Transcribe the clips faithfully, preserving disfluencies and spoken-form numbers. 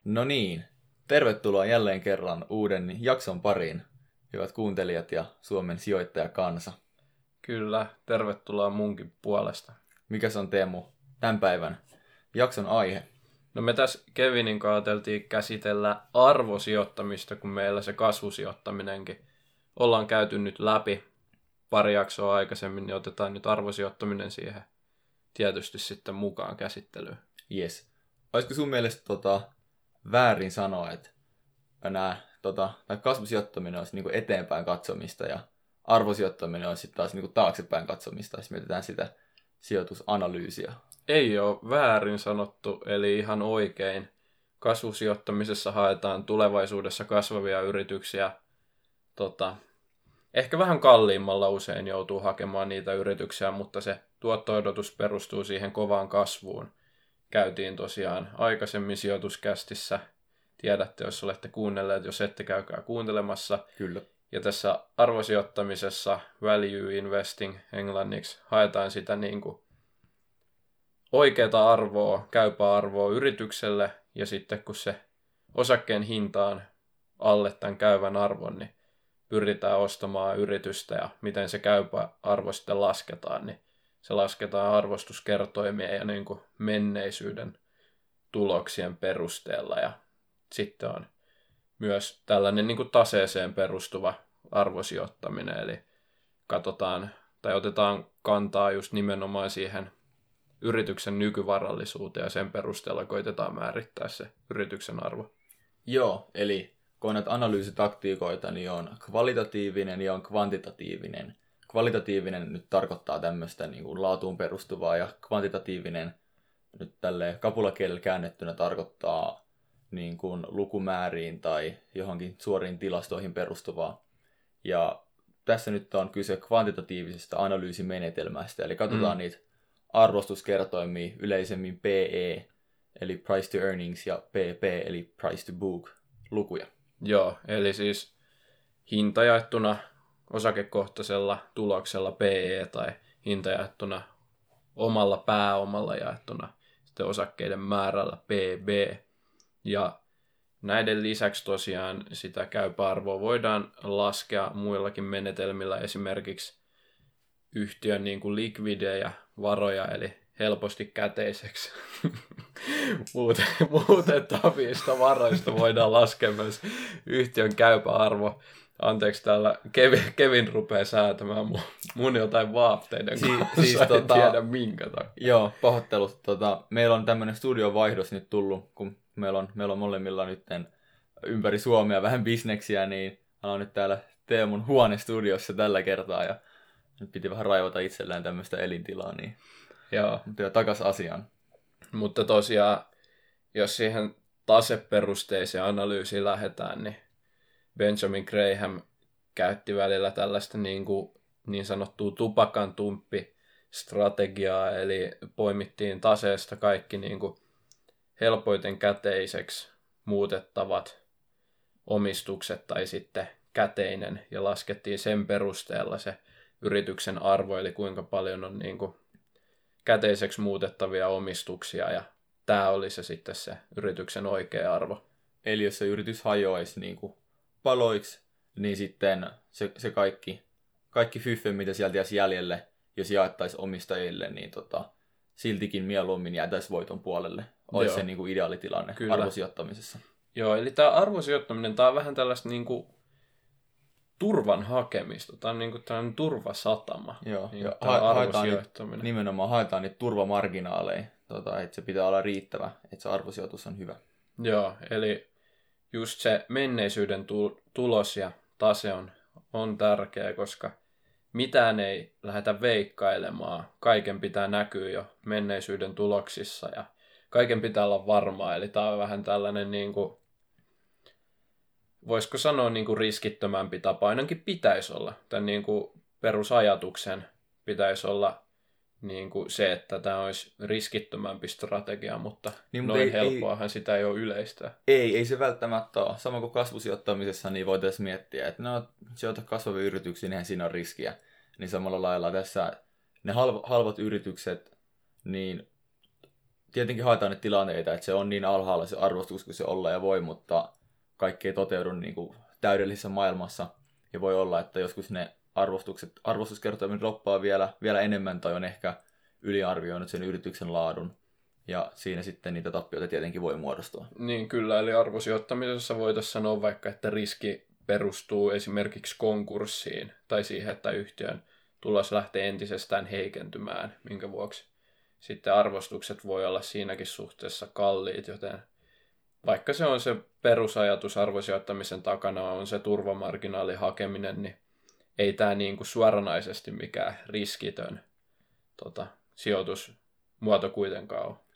No niin, tervetuloa jälleen kerran uuden jakson pariin, hyvät kuuntelijat ja Suomen sijoittajakansa. Kyllä, tervetuloa munkin puolesta. Mikäs on Teemu tämän päivän jakson aihe? No me tässä Kevinin kanssa ajateltiin käsitellä arvosijoittamista, kun meillä se kasvusijoittaminenkin ollaan käyty nyt läpi pari jaksoa aikaisemmin, niin otetaan nyt arvosijoittaminen siihen tietysti sitten mukaan käsittelyyn. Yes. Olisiko sun mielestä tota, väärin sanoa, että nämä, tota, kasvusijoittaminen olisi niinku eteenpäin katsomista ja arvosijoittaminen olisi sitten taas niinku taaksepäin katsomista, jos mietitään sitä sijoitusanalyysiä? Ei ole väärin sanottu, eli ihan oikein. Kasvusijoittamisessa haetaan tulevaisuudessa kasvavia yrityksiä. Tota, ehkä vähän kalliimmalla usein joutuu hakemaan niitä yrityksiä, mutta se tuotto-odotus perustuu siihen kovaan kasvuun. Käytiin tosiaan aikaisemmin sijoituskästissä. Tiedätte, jos olette kuunnelleet, jos ette käykää kuuntelemassa. Kyllä. Ja tässä arvosijoittamisessa, value investing englanniksi, haetaan sitä niin kuin oikeaa arvoa, käypää arvoa yritykselle, ja sitten kun se osakkeen hinta on alle tämän käyvän arvon, niin pyritään ostamaan yritystä, ja miten se käypä arvo sitten lasketaan, niin se lasketaan arvostuskertoimien ja niin kuin menneisyyden tuloksien perusteella, ja sitten on myös tällainen niin kuin taseeseen perustuva arvosijoittaminen, eli katsotaan tai otetaan kantaa just nimenomaan siihen yrityksen nykyvarallisuuteen ja sen perusteella koitetaan määrittää se yrityksen arvo. Joo, eli kun on näitä analyysitaktiikoita, niin on kvalitatiivinen ja on kvantitatiivinen. Kvalitatiivinen nyt tarkoittaa tämmöistä niin kuin laatuun perustuvaa ja kvantitatiivinen nyt tälleen kapulakielellä käännettynä tarkoittaa niin kuin lukumääriin tai johonkin suoriin tilastoihin perustuvaa. Ja tässä nyt on kyse kvantitatiivisesta analyysimenetelmästä, eli katsotaan mm. niitä arvostuskertoimia, yleisemmin P E, eli price to earnings, ja P P, eli price to book, lukuja. Joo, eli siis hinta jaettuna osakekohtaisella tuloksella P E tai hinta jaettuna omalla pääomalla jaettuna sitten osakkeiden määrällä P B. Ja näiden lisäksi tosiaan sitä käypää arvoa voidaan laskea muillakin menetelmillä, esimerkiksi yhtiön niin kuin likvidejä varoja, eli helposti käteiseksi muutettavista varoista voidaan laskea myös yhtiön käypä arvo. Anteeksi, täällä Kevin, Kevin rupeaa säätämään mun, mun jotain vaatteiden si- kanssa, siis, en tota, tiedä minkä takia. Joo, pahoittelut. Tota, meillä on tämmöinen studiovaihdos nyt tullut, kun meillä on, meillä on molemmilla nyt ympäri Suomea vähän bisneksiä, niin ollaan nyt täällä Teemun huonestudiossa tällä kertaa, ja nyt piti vähän raivata itsellään tämmöistä elintilaa, niin joo. Mutta takas asiaan. Mutta tosiaan, jos siihen taseperusteiseen analyysiin lähdetään, niin Benjamin Graham käytti välillä tällaista niin, kuin, niin sanottua tupakan tumppi-strategiaa, eli poimittiin taseesta kaikki niin kuin helpoiten käteiseksi muutettavat omistukset tai sitten käteinen, ja laskettiin sen perusteella se yrityksen arvo, eli kuinka paljon on niin kuin käteiseksi muutettavia omistuksia, ja tämä oli se sitten se yrityksen oikea arvo. Eli jos se yritys hajoaisi niin kuin paloiksi, niin sitten se, se kaikki, kaikki fyffe, mitä sieltä jäisi jäljelle, jos jaettaisiin omistajille, niin tota, siltikin mieluummin jäätäisiin voiton puolelle. Olisi Joo. se niin kuin ideaalitilanne Kyllä. arvosijoittamisessa. Joo, eli tämä arvosijoittaminen, tämä on vähän tällaista niin kuin turvan hakemista. Tämä on niin kuin tällainen turvasatama. Joo, niin ja ha- haetaan niitä, nimenomaan haetaan niitä turvamarginaaleja, tota, että se pitää olla riittävä, että se arvosijoitus on hyvä. Joo, eli just se menneisyyden tu- tulos ja tase on, on tärkeä, koska mitään ei lähdetä veikkailemaan. Kaiken pitää näkyä jo menneisyyden tuloksissa ja kaiken pitää olla varmaa. Eli tämä on vähän tällainen, niin kuin, voisiko sanoa niin kuin riskittömämpi tapa, ainakin pitäisi olla. Tämän niin kuin perusajatuksen pitäisi olla niin kuin se, että tämä olisi riskittömämpi strategia, mutta niin, noin ei, helppoahan ei, sitä ei ole yleistä. Ei, ei se välttämättä ole. Sama kuin kasvusijoittamisessa, niin voitaisiin miettiä, että no, sijoita kasvavia yrityksiä, niin siinä on riskiä. Niin samalla lailla tässä ne halv, halvat yritykset, niin tietenkin haetaan ne tilanteita, että se on niin alhaalla se arvostus kuin se olla ja voi, mutta kaikki ei toteudu niin kuin täydellisessä maailmassa. Ja voi olla, että joskus ne arvostukset, arvostuskertoimet droppaa vielä, vielä enemmän tai on ehkä yliarvioinut sen yrityksen laadun. Ja siinä sitten niitä tappioita tietenkin voi muodostua. Niin kyllä, eli arvosijoittamisessa voitaisiin sanoa vaikka, että riski perustuu esimerkiksi konkurssiin tai siihen, että yhtiön tulos lähtee entisestään heikentymään, minkä vuoksi sitten arvostukset voi olla siinäkin suhteessa kalliit, joten vaikka se on se perusajatus arvosijoittamisen takana, on se turvamarginaalin hakeminen, niin ei tämä niin kuin suoranaisesti mikään riskitön tota, sijoitusmuoto kuitenkaan ole.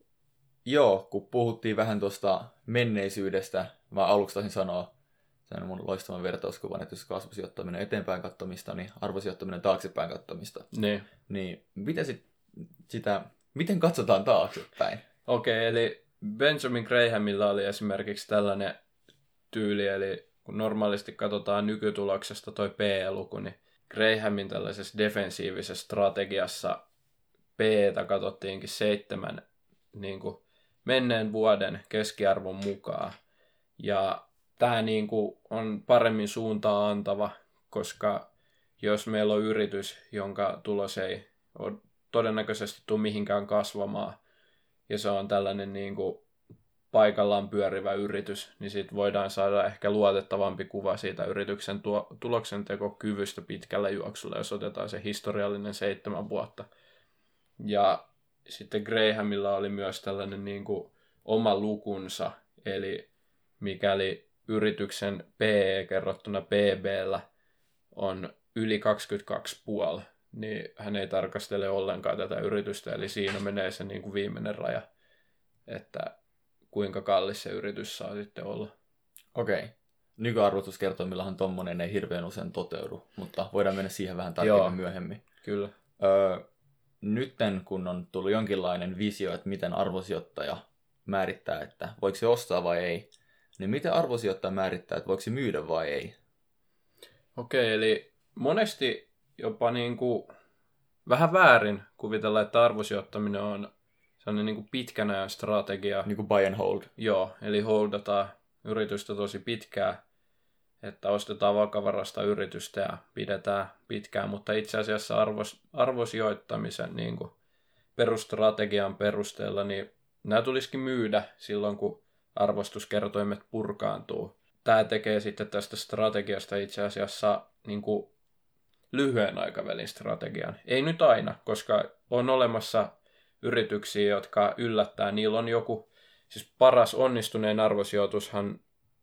Joo, kun puhuttiin vähän tuosta menneisyydestä, mä aluksi taisin sanoa, se on mun loistavan vertauskuvan, että jos kasvusijoittaminen eteenpäin katsomista, niin arvosijoittaminen taaksepäin katsomista. Niin. Niin miten, sit, sitä, miten katsotaan taaksepäin? Okei, okay, eli Benjamin Grahamilla oli esimerkiksi tällainen tyyli, eli kun normaalisti katsotaan nykytuloksesta toi P E-luku, niin Grahamin tällaisessa defensiivisessä strategiassa P-tä katsottiinkin seitsemän niin kuin menneen vuoden keskiarvon mukaan. Ja tämä niin kuin on paremmin suuntaa antava, koska jos meillä on yritys, jonka tulos ei ole todennäköisesti tule mihinkään kasvamaan, ja se on tällainen niin kuin paikallaan pyörivä yritys, niin sitten voidaan saada ehkä luotettavampi kuva siitä yrityksen tuo, tuloksentekokyvystä pitkällä juoksulla, jos otetaan se historiallinen seitsemän vuotta. Ja sitten Grahamilla oli myös tällainen niin kuin oma lukunsa, eli mikäli yrityksen P E kerrottuna P B:llä on yli kaksikymmentäkaksi pilkku viisi, niin hän ei tarkastele ollenkaan tätä yritystä, eli siinä menee se niin kuin viimeinen raja, että kuinka kallis se yritys saa sitten olla. Okei. Nykyarvotuskertoimillahan tommonen ei hirveän usein toteudu, mutta voidaan mennä siihen vähän tarkemmin Joo, myöhemmin. Kyllä. Öö, nytten kun on tullut jonkinlainen visio, että miten arvosijoittaja määrittää, että voiko se ostaa vai ei, niin miten arvosijoittaja määrittää, että voiko se myydä vai ei? Okei, eli monesti jopa niin kuin vähän väärin kuvitella, että arvosijoittaminen on sellainen niin kuin pitkän ajan strategia. Niin kuin buy and hold. Joo, eli holdataan yritystä tosi pitkään, että ostetaan vakavarasta yritystä ja pidetään pitkään, mutta itse asiassa arvos, arvosijoittamisen niin kuin perustrategian perusteella, niin nämä tulisikin myydä silloin, kun arvostuskertoimet purkaantuu. Tämä tekee sitten tästä strategiasta itse asiassa niin kuin lyhyen aikavälin strategian. Ei nyt aina, koska on olemassa yrityksiä, jotka yllättää. Niillä on joku, siis paras onnistuneen arvosijoitushan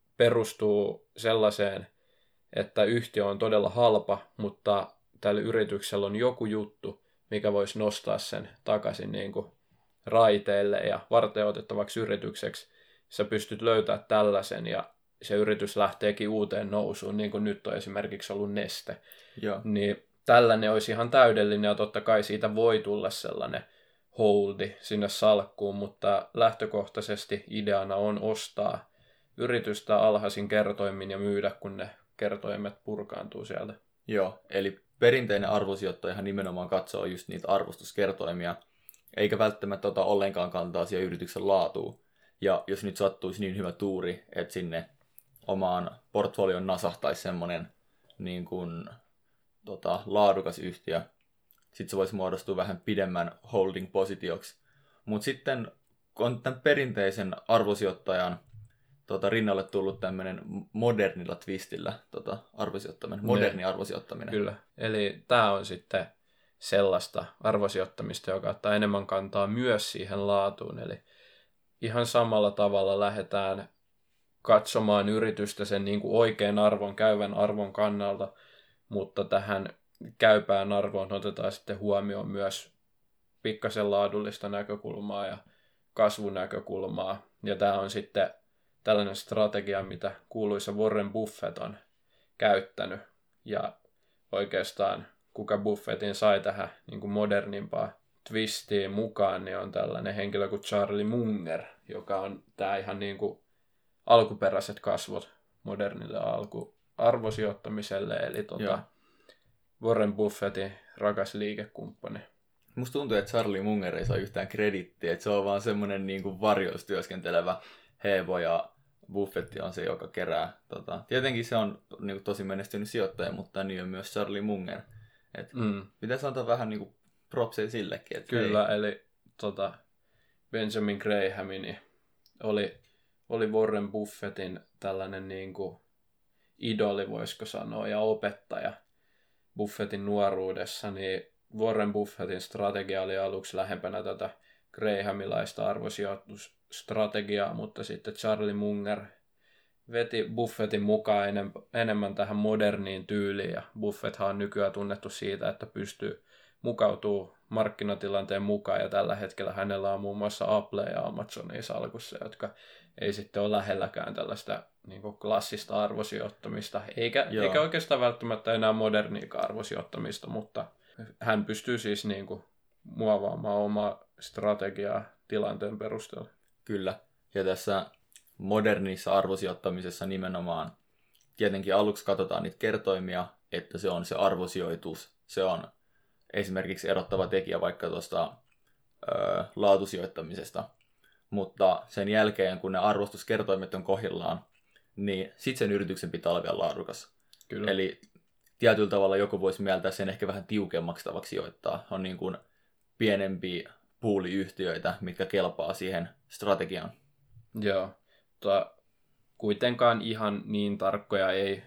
perustuu sellaiseen, että yhtiö on todella halpa, mutta tällä yrityksellä on joku juttu, mikä voisi nostaa sen takaisin niin kuin raiteille ja varteenotettavaksi yritykseksi. Sä pystyt löytämään tällaisen ja se yritys lähteekin uuteen nousuun, niin kuin nyt on esimerkiksi ollut Neste. Joo. Niin tällainen olisi ihan täydellinen ja totta kai siitä voi tulla sellainen holdi sinne salkkuun, mutta lähtökohtaisesti ideana on ostaa yritystä alhaisin kertoimin ja myydä, kun ne kertoimet purkaantuu sieltä. Joo, eli perinteinen arvosijoittajahan nimenomaan katsoo just niitä arvostuskertoimia, eikä välttämättä ota ollenkaan kantaa siihen yrityksen laatuun. Ja jos nyt sattuisi niin hyvä tuuri, että sinne omaan portfolion nasahtaisi semmoinen niin kuin, tota, laadukas yhtiö, sitten se voisi muodostua vähän pidemmän holding-positioksi. Mutta sitten kun on tämän perinteisen arvosijoittajan tota, rinnalle tullut tämmöinen modernilla twistillä tota, arvosijoittaminen, moderni arvosijoittaminen. Kyllä, eli tämä on sitten sellaista arvosijoittamista, joka ottaa enemmän kantaa myös siihen laatuun. Eli ihan samalla tavalla lähdetään katsomaan yritystä sen niin kuin oikean arvon, käyvän arvon kannalta, mutta tähän käypään arvoon otetaan sitten huomioon myös pikkasen laadullista näkökulmaa ja kasvunäkökulmaa. Ja tämä on sitten tällainen strategia, mitä kuuluisa Warren Buffett on käyttänyt. Ja oikeastaan kuka Buffettin sai tähän niin kuin modernimpaa twistiin mukaan, niin on tällainen henkilö kuin Charlie Munger, joka on tämä ihan niin kuin alkuperäiset kasvot modernille alku arvosijoittamiselle, eli tota Warren Buffettin rakas liikekumppani. Musta tuntuu, että Charlie Munger ei saa yhtään kredittiä, että se on vaan semmoinen niin kuin varjoissa työskentelevä hebo ja Buffett on se, joka kerää. Tota, tietenkin se on niin kuin, tosi menestynyt sijoittaja, mutta niin on myös Charlie Munger. Et, mm. Pitäisi antaa vähän niin kuin, propseja sillekin. Et Kyllä, hei. Eli tota, Benjamin Graham niin oli, oli Warren Buffettin tällainen niin kuin, idoli, voisiko sanoa, ja opettaja Buffettin nuoruudessa, niin Warren Buffettin strategia oli aluksi lähempänä tätä Grahamilaista arvosijoitusstrategiaa, mutta sitten Charlie Munger veti Buffettin mukaan enemmän tähän moderniin tyyliin, ja Buffetthan on nykyään tunnettu siitä, että pystyy mukautuu markkinatilanteen mukaan, ja tällä hetkellä hänellä on muun muassa Apple ja Amazonia salkussa, jotka ei sitten ole lähelläkään tällaista niin kuin klassista arvosijoittamista, eikä, eikä oikeastaan välttämättä enää modernia arvosijoittamista, mutta hän pystyy siis niin kuin muovaamaan omaa strategiaa tilanteen perusteella. Kyllä, ja tässä modernissa arvosijoittamisessa nimenomaan tietenkin aluksi katsotaan niitä kertoimia, että se on se arvosijoitus, se on esimerkiksi erottava tekijä vaikka tuosta ö, laatusijoittamisesta. Mutta sen jälkeen, kun ne arvostuskertoimet on kohdillaan, niin sitten sen yrityksen pitää olla vielä laadukas. Kyllä. Eli tietyllä tavalla joku voisi mieltää sen ehkä vähän tiukemmaksi tavaksi sijoittaa. On niin kuin pienempi puuli yhtiöitä, mitkä kelpaa siihen strategiaan. Joo, mutta kuitenkaan ihan niin tarkkoja ei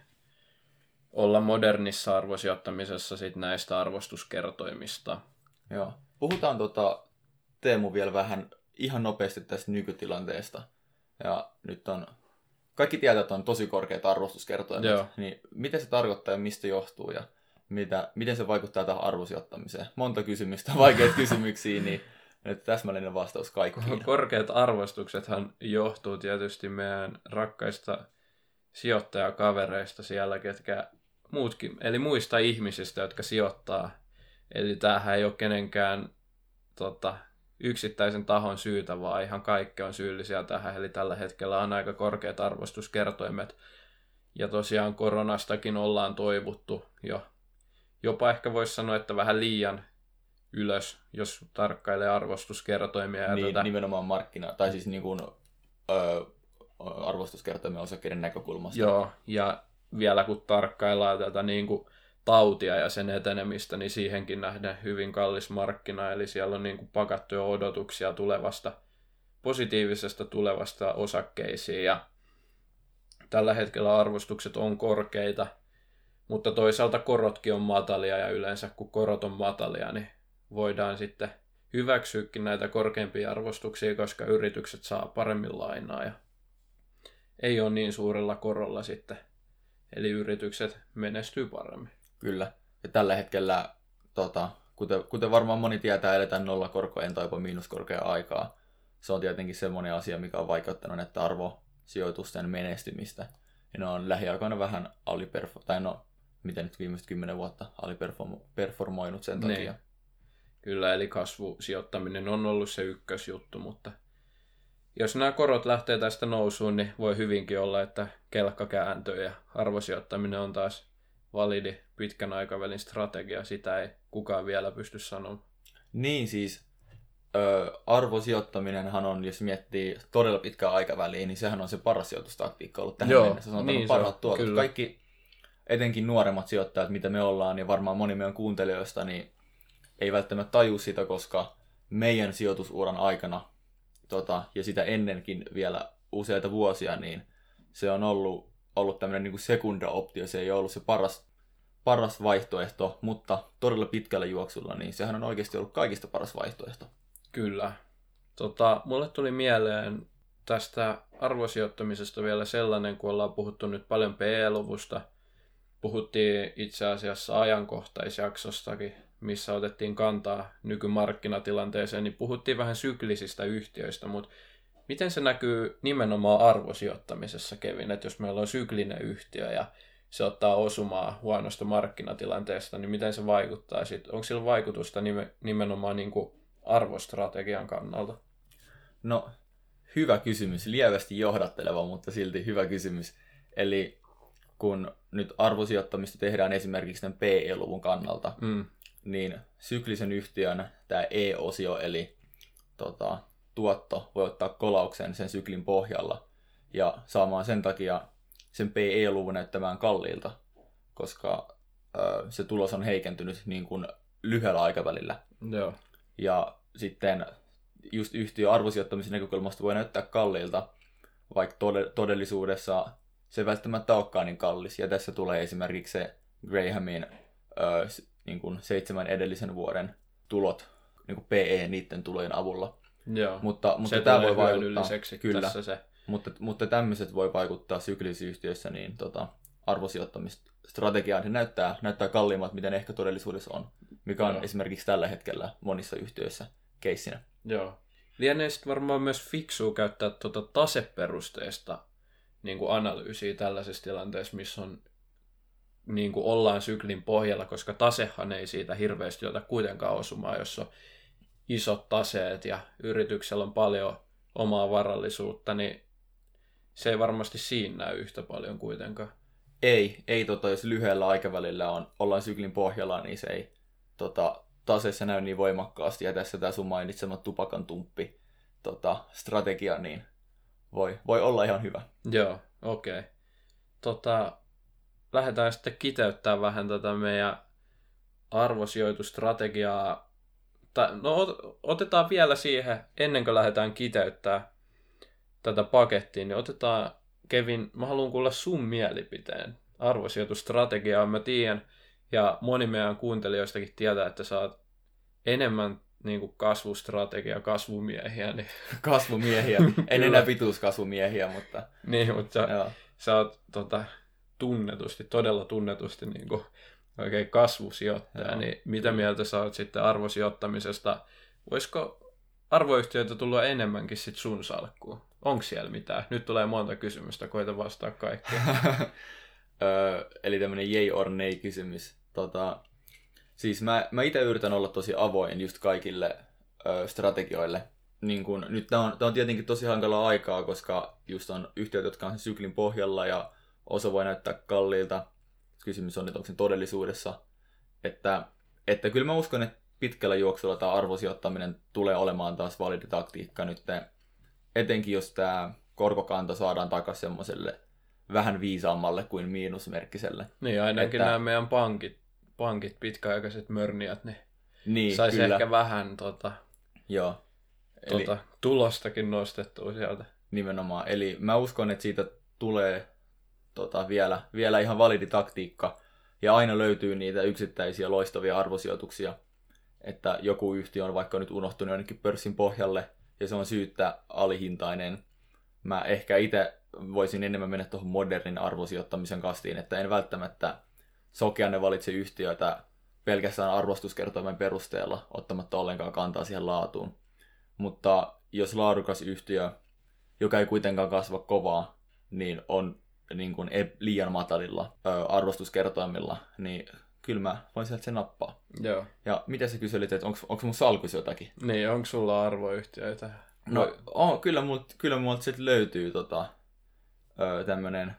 olla modernissa arvosijoittamisessa sit näistä arvostuskertoimista. Joo. Puhutaan tota, Teemu vielä vähän ihan nopeasti tästä nykytilanteesta. Ja nyt on, kaikki tietää, että on tosi korkeat arvostuskertoimet. Joo. Niin miten se tarkoittaa ja mistä johtuu ja mitä, miten se vaikuttaa tähän arvosijoittamiseen? Monta kysymystä, vaikeita kysymyksiä, niin nyt täsmällinen vastaus kaikkiin. Korkeat arvostuksethan johtuu tietysti meidän rakkaista sijoittajakavereista siellä, ketkä muutkin, eli muista ihmisistä, jotka sijoittaa. Eli tämähän ei ole kenenkään tota, yksittäisen tahon syytä, vaan ihan kaikki on syyllisiä tähän. Eli tällä hetkellä on aika korkeat arvostuskertoimet. Ja tosiaan koronastakin ollaan toivuttu jo. Jopa ehkä voisi sanoa, että vähän liian ylös, jos tarkkailee arvostuskertoimia. Ja niin, tätä... nimenomaan markkina, tai siis niin kuin, ö, arvostuskertoimien osakkeiden näkökulmasta. Joo, ja vielä kun tarkkaillaan tätä niin kuin tautia ja sen etenemistä, niin siihenkin nähdään hyvin kallis markkina, eli siellä on niin kuin pakattuja odotuksia tulevasta, positiivisesta tulevasta osakkeisiin, ja tällä hetkellä arvostukset on korkeita, mutta toisaalta korotkin on matalia, ja yleensä kun korot on matalia, niin voidaan sitten hyväksyäkin näitä korkeampia arvostuksia, koska yritykset saa paremmin lainaa, ja ei ole niin suurella korolla sitten. Eli yritykset menestyy paremmin. Kyllä. Ja tällä hetkellä, tota, kuten, kuten varmaan moni tietää, eletään nollakorkojen tai jopa miinuskorkojen aikaa. Se on tietenkin semmoinen asia, mikä on vaikeuttanut näitä arvosijoitusten menestymistä. Ja ne on lähiaikoina vähän aliperformoinut, tai no, miten nyt viimeiset kymmenen vuotta aliperformoinut sen takia. Niin. Kyllä, eli kasvusijoittaminen on ollut se ykkösjuttu, mutta jos nämä korot lähtee tästä nousuun, niin voi hyvinkin olla, että kelkka kääntyy ja arvosijoittaminen on taas validi pitkän aikavälin strategia. Sitä ei kukaan vielä pysty sanomaan. Niin siis ö, arvosijoittaminenhan on, jos miettii todella pitkää aikaväliä, niin sehän on se paras sijoitustaktiikka ollut tähän Joo, mennessä. Se on niin parhaat tuotot. Kyllä. Kaikki, etenkin nuoremmat sijoittajat, mitä me ollaan, ja varmaan moni meidän kuuntelijoista, niin ei välttämättä taju sitä, koska meidän sijoitusuran aikana Tota, ja sitä ennenkin vielä useita vuosia, niin se on ollut, ollut tämmöinen niin kuin sekunda-optio, se ei ole ollut se paras, paras vaihtoehto, mutta todella pitkällä juoksulla, niin sehän on oikeasti ollut kaikista paras vaihtoehto. Kyllä. Tota, mulle tuli mieleen tästä arvosijoittamisesta vielä sellainen, kun ollaan puhuttu nyt paljon P E-luvusta, puhuttiin itse asiassa ajankohtaisjaksostakin, missä otettiin kantaa nykymarkkinatilanteeseen, niin puhuttiin vähän syklisistä yhtiöistä, mutta miten se näkyy nimenomaan arvosijoittamisessa, Kevin, että jos meillä on syklinen yhtiö ja se ottaa osumaa huonosta markkinatilanteesta, niin miten se vaikuttaa sitten? Onko sillä vaikutusta nimenomaan niin kuin arvostrategian kannalta? No, hyvä kysymys. Lievästi johdatteleva, mutta silti hyvä kysymys. Eli kun nyt arvosijoittamista tehdään esimerkiksi tämän P E-luvun kannalta, mm. niin syklisen yhtiön tämä E-osio, eli tota, tuotto, voi ottaa kolauksen sen syklin pohjalla ja saamaan sen takia sen P E-luvun näyttämään kalliilta, koska ö, se tulos on heikentynyt niin kuin lyhyellä aikavälillä. Joo. Ja sitten just yhtiön arvosijoittamisen näkökulmasta voi näyttää kalliilta, vaikka todellisuudessa se välttämättä olekaan niin kallis. Ja tässä tulee esimerkiksi se Grahamin ö, niin kuin seitsemän edellisen vuoden tulot, niin kuin P E niiden tulojen avulla. Joo. Mutta, mutta se tämä voi vaikuttaa, kyllä, tässä se. Mutta, mutta tämmöiset voi vaikuttaa syklisissä yhtiöissä niin tota, arvosijoittamistrategiaan. Se näyttää, näyttää kalliimmat, mitä ne ehkä todellisuudessa on, mikä on Joo. esimerkiksi tällä hetkellä monissa yhtiöissä keissinä. Joo. Lienee sitten varmaan myös fiksua käyttää tuota taseperusteista niin kuin analyysiä tällaisessa tilanteessa, missä on, niin kuin ollaan syklin pohjalla, koska tasehan ei siitä hirveästi ota kuitenkaan osumaan, jos on isot taseet ja yrityksellä on paljon omaa varallisuutta, niin se ei varmasti siinä näy yhtä paljon kuitenkaan. Ei, ei tota, jos lyhyellä aikavälillä on, ollaan syklin pohjalla, niin se ei tota, taseessa näy niin voimakkaasti. Ja tässä tämä sun mainitsema tupakan tumppi tota, strategia, niin voi, voi olla ihan hyvä. Joo, okei. Okay. Tota, lähdetään sitten kiteyttämään vähän tätä meidän arvosijoitustrategiaa. No otetaan vielä siihen, ennen kuin lähdetään kiteyttämään tätä pakettia, niin otetaan, Kevin, mä haluan kuulla sun mielipiteen arvosijoitustrategiaa. Mä tiedän, ja moni meidän kuuntelijoistakin tietää, että sä oot enemmän niin kuin kasvustrategia, kasvumiehiä. Niin... Kasvumiehiä, en enää pituuskasvumiehiä, mutta... Niin, mutta sä, sä oot tota, tunnetusti, todella tunnetusti niin kuin oikein kasvusijoittaja, Joo. niin mitä mieltä sä oot sitten arvosijoittamisesta? Voisiko arvoyhtiöitä tulla enemmänkin sit sun salkkuun? Onko siellä mitään? Nyt tulee monta kysymystä, koita vastaa kaikkea. öö, eli tämmönen yay or nay kysymys. Tota, siis mä, mä itse yritän olla tosi avoin just kaikille ö, strategioille. Niin kun, nyt tää on, tää on tietenkin tosi hankalaa aikaa, koska just on yhtiöt, jotka on syklin pohjalla ja osa voi näyttää kalliilta. Kysymys on, että onko se todellisuudessa. Että, että kyllä mä uskon, että pitkällä juoksulla tämä arvosijoittaminen tulee olemaan taas validi taktiikka nyt. Etenkin jos tämä korkokanta saadaan takaisin semmoiselle vähän viisaammalle kuin miinusmerkkiselle. Niin, ainakin että... nämä meidän pankit, pankit pitkäaikaiset mörniät, niin, niin saisi ehkä vähän tota, Joo. Eli... tota, tulostakin nostettua sieltä. Nimenomaan. Eli mä uskon, että siitä tulee tota, vielä, vielä ihan validi taktiikka. Ja aina löytyy niitä yksittäisiä loistavia arvosijoituksia. Että joku yhtiö on vaikka nyt unohtunut jonnekin pörssin pohjalle, ja se on syyttä alihintainen. Mä ehkä itse voisin enemmän mennä tuohon modernin arvosijoittamisen kastiin, että en välttämättä sokeanne valitse yhtiötä pelkästään arvostuskertoimen perusteella, ottamatta ollenkaan kantaa siihen laatuun. Mutta jos laadukas yhtiö, joka ei kuitenkaan kasva kovaa, niin on niin kuin liian matalilla ö, arvostuskertoimilla, niin kyllä mä voin sieltä se nappaa. Joo. Ja mitä sä kyselit, että onko mun salkussa jotakin? Niin, onko sulla arvoyhtiöitä? No, on, kyllä multa kyllä mult sit löytyy tota, ö, tämmönen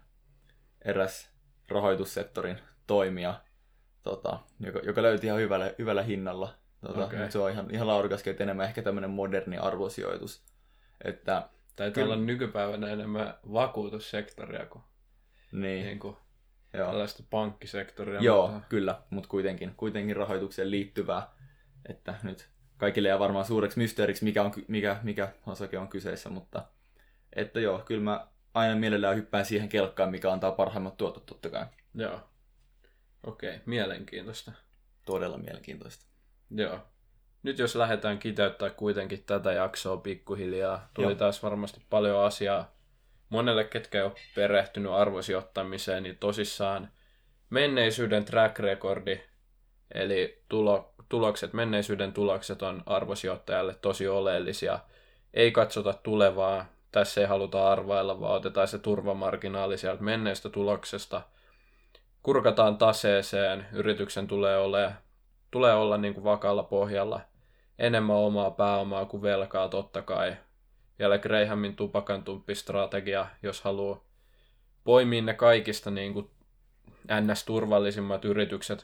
eräs rahoitussektorin toimija, tota, joka, joka löytyi ihan hyvällä, hyvällä hinnalla. Tota, okay. Se on ihan, ihan laadukaskin, että enemmän ehkä tämmönen moderni arvosijoitus. Että, Taitaa kyllä... olla nykypäivänä enemmän vakuutussektoria kuin, niin. niin kuin tällaista pankkisektoria. Joo, mutta... kyllä, mutta kuitenkin, kuitenkin rahoitukseen liittyvää. Että nyt kaikille jää varmaan suureksi mysteeriksi, mikä, on, mikä, mikä osake on kyseessä, mutta että joo, kyllä mä aina mielellään hyppään siihen kelkkaan, mikä antaa parhaimmat tuotot totta kai. Joo, okei, okay. Mielenkiintoista. Todella mielenkiintoista. Joo. Nyt jos lähdetään kiteyttää kuitenkin tätä jaksoa pikkuhiljaa, tuli Joo. taas varmasti paljon asiaa. Monelle, ketkä ei ole perehtynyt arvosijoittamiseen, niin tosissaan menneisyyden track recordi, eli tulo, tulokset, menneisyyden tulokset on arvosijoittajalle tosi oleellisia. Ei katsota tulevaa, tässä ei haluta arvailla, vaan otetaan se turvamarginaali sieltä menneestä tuloksesta. Kurkataan taseeseen, yrityksen tulee, ole, tulee olla niin kuin vakaalla pohjalla. Enemmän omaa pääomaa kuin velkaa totta kai. Vielä Grahamin tupakantumppistrategia, jos haluaa poimia ne kaikista niin kuin N S-turvallisimmat yritykset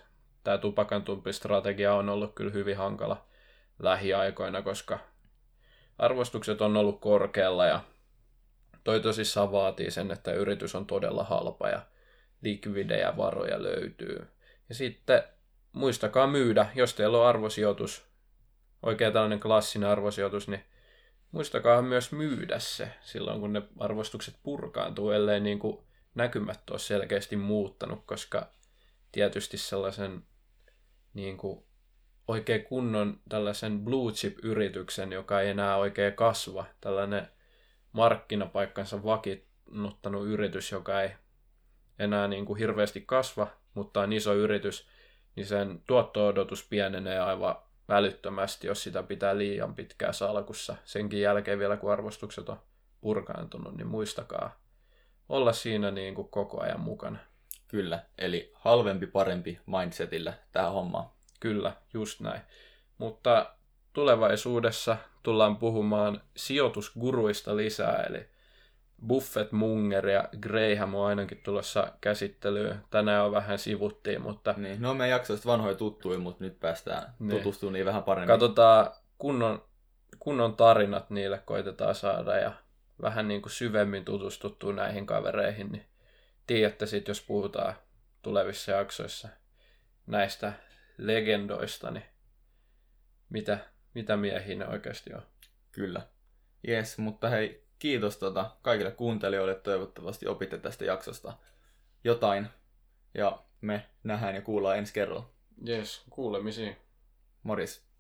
tämä tupakantumpistrategia on ollut kyllä hyvin hankala lähiaikoina, koska arvostukset on ollut korkealla ja toi tosissaan vaatii sen, että yritys on todella halpa ja likvidejä varoja löytyy. Ja sitten muistakaa myydä, jos teillä on arvosijoitus, oikein tällainen klassinen arvosijoitus, niin muistakaa myös myydä se silloin, kun ne arvostukset purkaantuu, ellei niin kuin näkymät ole selkeästi muuttanut, koska tietysti sellaisen niin kuin oikein kunnon tällaisen blue chip-yrityksen, joka ei enää oikein kasva, tällainen markkinapaikkansa vakiinnuttanut yritys, joka ei enää niin kuin hirveästi kasva, mutta on iso yritys, niin sen tuotto-odotus pienenee aivan välittömästi, jos sitä pitää liian pitkään salkussa. Senkin jälkeen vielä, kun arvostukset on purkaantunut, niin muistakaa olla siinä niin kuin koko ajan mukana. Kyllä, eli halvempi parempi mindsetillä tähän hommaan. Kyllä, just näin. Mutta tulevaisuudessa tullaan puhumaan sijoitusguruista lisää, eli Buffett, Munger ja Graham on ainakin tulossa käsittelyyn. Tänään on vähän sivuttiin, mutta... Niin, no meidän jaksoista vanhoja tuttuja, mutta nyt päästään niin. tutustumaan niin vähän paremmin. Katsotaan kunnon, kunnon tarinat niille koitetaan saada ja vähän niin kuin syvemmin tutustuttua näihin kavereihin, niin tiedätte sitten, jos puhutaan tulevissa jaksoissa näistä legendoista, niin mitä, mitä miehiä ne oikeasti on. Kyllä. Jes, mutta hei, kiitos tota kaikille kuuntelijoille. Toivottavasti opitte tästä jaksosta jotain. Ja me nähdään ja kuullaan ensi kerralla. Jes, kuulemisiin. Morjes.